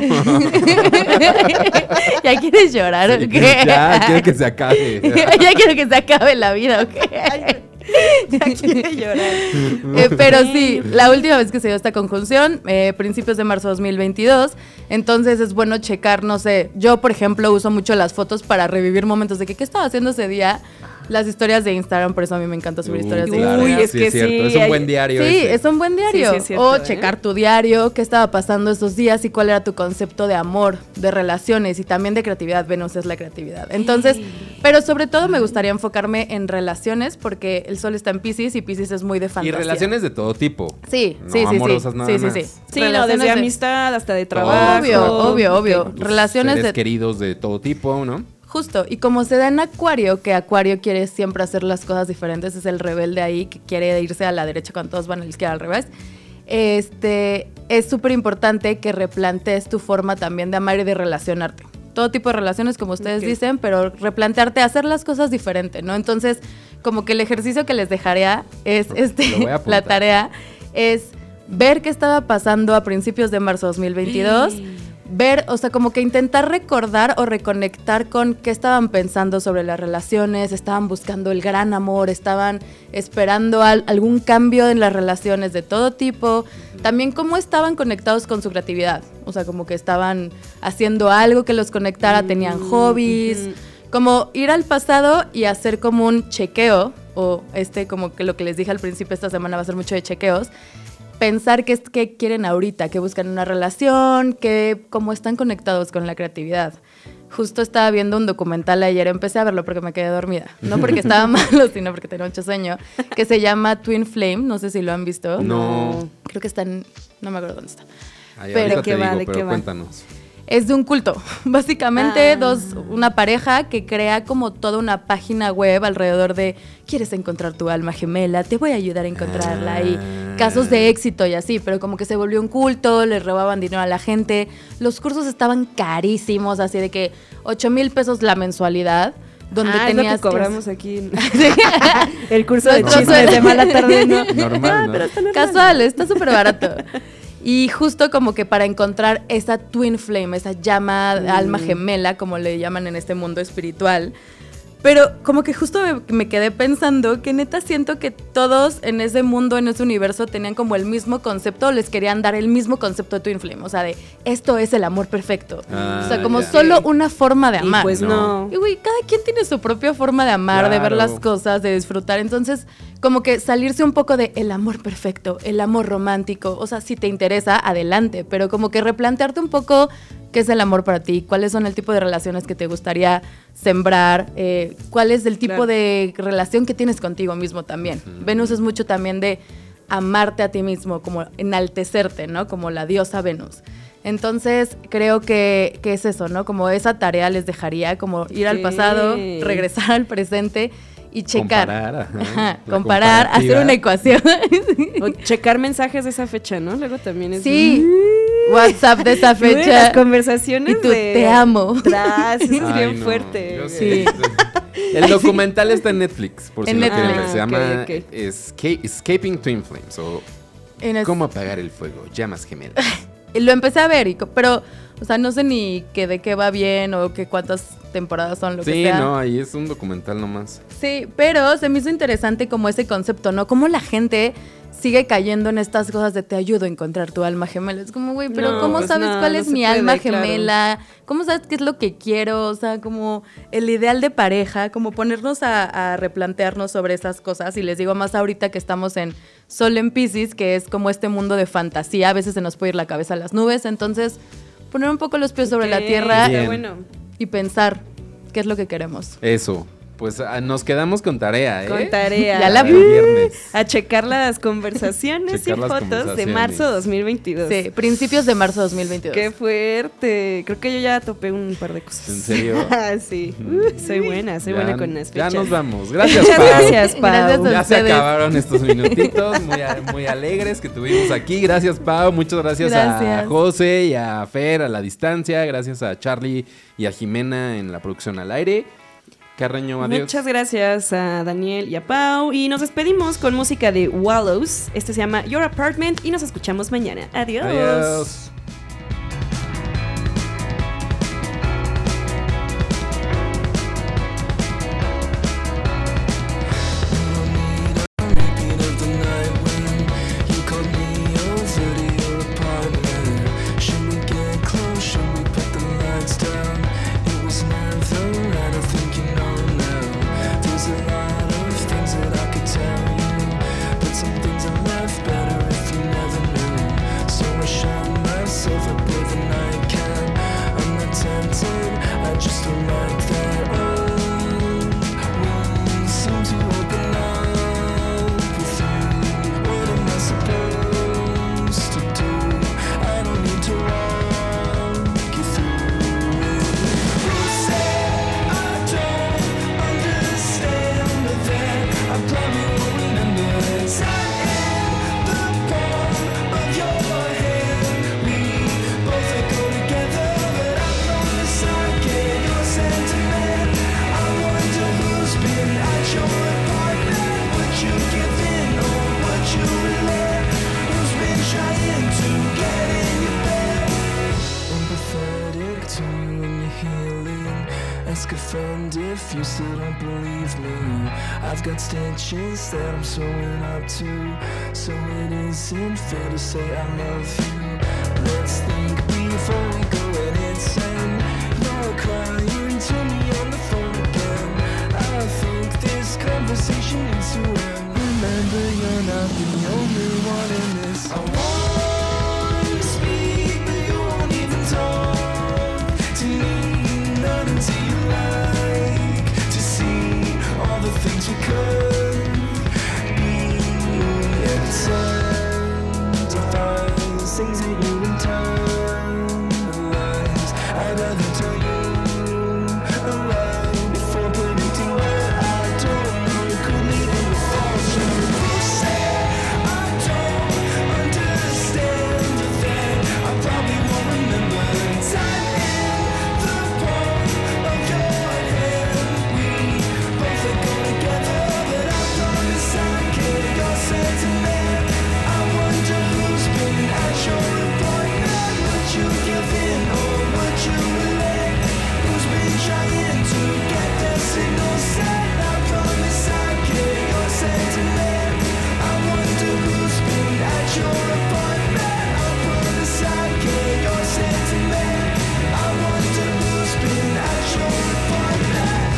¿Ya quieres llorar o qué? Ya, quiero que se acabe. Ya quiero que se acabe la vida, ¿o qué? Ya quiere llorar. Pero sí, la última vez que se dio esta conjunción, principios de marzo de 2022, entonces es bueno checar, no sé, yo por ejemplo uso mucho las fotos para revivir momentos de que qué estaba haciendo ese día, las historias de Instagram, por eso a mí me encanta subir historias de Claro, Instagram. Uy, es sí que es cierto, sí, es un hay- buen diario. Sí, ese. es un buen diario. Sí, es cierto, o checar tu diario, qué estaba pasando esos días y cuál era tu concepto de amor, de relaciones y también de creatividad. Venus es la creatividad. Entonces, pero sobre todo me gustaría enfocarme en relaciones porque el sol está en Piscis y Piscis es muy de Y fantasía. relaciones de todo tipo. Sí, No sí. amorosas nada más. Sí, no, Relaciones desde de- amistad hasta de trabajo. Obvio. Tus Relaciones seres de... queridos de todo tipo, ¿no? Justo, y como se da en Acuario, que Acuario quiere siempre hacer las cosas diferentes, es el rebelde ahí que quiere irse a la derecha cuando todos van a la izquierda al revés. Es súper importante que replantees tu forma también de amar y de relacionarte. Todo tipo de relaciones, como ustedes Ok. dicen, pero replantearte, hacer las cosas diferente, ¿no? Entonces, como que el ejercicio que les dejaría es, Lo voy a apuntar. la tarea es ver qué estaba pasando a principios de marzo 2022, ver, o sea, como que intentar recordar o reconectar con qué estaban pensando sobre las relaciones, estaban buscando el gran amor, estaban esperando algún cambio en las relaciones de todo tipo, también cómo estaban conectados con su creatividad, o sea, como que estaban haciendo algo que los conectara, tenían hobbies, como ir al pasado y hacer como un chequeo, o como que lo que les dije al principio, esta semana va a ser mucho de chequeos, pensar qué quieren ahorita, qué buscan en una relación, cómo están conectados con la creatividad. Justo estaba viendo un documental ayer, empecé a verlo porque me quedé dormida. No porque estaba malo, sino porque tenía mucho sueño, que se llama Twin Flame, no sé si lo han visto. No. Creo que está no me acuerdo dónde está. Ay, Pero ahorita te ¿qué va? digo, ¿De pero qué va? cuéntanos. Es de un culto. Básicamente una pareja que crea como toda una página web alrededor de ¿quieres encontrar tu alma gemela? Te voy a ayudar a encontrarla. Y casos de éxito y así, pero como que se volvió un culto, les robaban dinero a la gente. Los cursos estaban carísimos, así de que 8,000 pesos la mensualidad. Donde es lo que tenías cobramos aquí. El curso de Nosotros- chismes de mala tarde, ¿no? Normal, ¿no? Pero está normal. Casual, está súper barato. Y justo como que para encontrar esa twin flame, esa llama, alma gemela, como le llaman en este mundo espiritual. Pero como que justo me quedé pensando que neta siento que todos en ese mundo, en ese universo, tenían como el mismo concepto, o les querían dar el mismo concepto de twin flame. O sea, de esto es el amor perfecto. O sea, como Ya. solo una forma de amar. Y pues no. Y güey, cada quien tiene su propia forma de amar, de ver Claro. las cosas, de disfrutar. Entonces, como que salirse un poco de el amor perfecto, el amor romántico. O sea, si te interesa, adelante. Pero como que replantearte un poco qué es el amor para ti, cuáles son el tipo de relaciones que te gustaría sembrar, cuál es el tipo Claro. de relación que tienes contigo mismo también. Venus es mucho también de amarte a ti mismo, como enaltecerte, ¿no? Como la diosa Venus. Entonces, creo que es eso, ¿no? Como esa tarea les dejaría, como ir al Ok. pasado, regresar al presente y checar. Comparar, ajá. Ajá, La comparar, hacer comparativa. una ecuación. O checar mensajes de esa fecha, ¿no? Luego también es... Sí, WhatsApp de esa Güey, fecha. las conversaciones Y tú, de... te amo. Tras, eso es Ay, bien no, fuerte. yo güey. Sí. El documental está en Netflix, por si En lo quieren ver. Netflix. Se llama Ok. Escaping Twin Flames o ¿Cómo apagar el fuego? Llamas gemelas. Y lo empecé a ver, pero, o sea, no sé ni de qué va bien o cuántas temporadas son, lo que Sí, sea. no, ahí es un documental nomás. Sí, pero se me hizo interesante como ese concepto, ¿no? Cómo la gente sigue cayendo en estas cosas de te ayudo a encontrar tu alma gemela. Es como, güey, pero No, ¿cómo pues sabes no, cuál no es se mi puede, alma claro. gemela? ¿Cómo sabes qué es lo que quiero? O sea, como el ideal de pareja, como ponernos a replantearnos sobre esas cosas. Y les digo más ahorita que estamos en Sol en Piscis, que es como este mundo de fantasía. A veces se nos puede ir la cabeza a las nubes. Entonces, poner un poco los pies sobre la Ok, tierra Bien. está bueno. y pensar qué es lo que queremos. Eso. Pues nos quedamos con tarea, ¿eh? Con tarea. Ya la Para el viernes. A checar las conversaciones Checar y las fotos de conversaciones. marzo 2022. Sí, principios de marzo 2022. Qué fuerte. Creo que yo ya topé un par de cosas. ¿En serio? Sí. Soy buena Ya- con las fechas. Ya nos vamos. Gracias, Muchas Pau. gracias, Pau. Gracias a Ya se ustedes. acabaron estos minutitos muy alegres que tuvimos aquí. Gracias, Pau. Muchas gracias, a Gracias. José y a Fer a la distancia. Gracias a Charlie y a Jimena en la producción al aire. Carreño, adiós. Muchas gracias a Daniel y a Pau. Y nos despedimos con música de Wallows. Este se llama Your Apartment y nos escuchamos mañana. Adiós. Adiós. Sentiment sympathetic to you and your healing. Ask a friend if you still don't believe me. I've got stitches that I'm sewing up to, so it isn't fair to say I love you. Let's think before we go and insane. You're crying to me on the phone again. I think this conversation needs to end. Remember, you're not the only one in this. I want to speak, but you won't even talk to me. Not until you like to see all the things we could be. It's sanctifies things that you internalize. I'd rather tell you a lie before predicting what I don't know. Could lead in the false truth. You say I don't understand, but then I probably won't remember. Time in the palm of your hand. We both are go together, but I promise I care your sentiment. I wonder who's been at your appointment. Would you give in or would you relent? Who's been trying to get their signal set? I promise I care your sentiment. I wonder who's been at your appointment. I promise I care your sentiment. I wonder who's been at your appointment.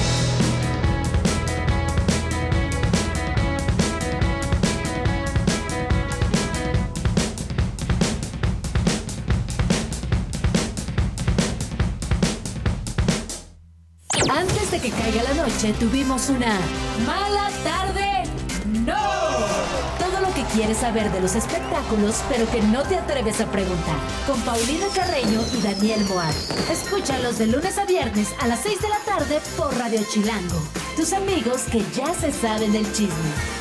Antes de que caiga la noche, tuvimos una mala tarde. ¡No! Todo lo que quieres saber de los espectáculos, pero que no te atreves a preguntar. Con Paulina Carreño y Daniel Moat. Escúchalos de lunes a viernes a las 6 de la tarde por Radio Chilango. Tus amigos que ya se saben del chisme.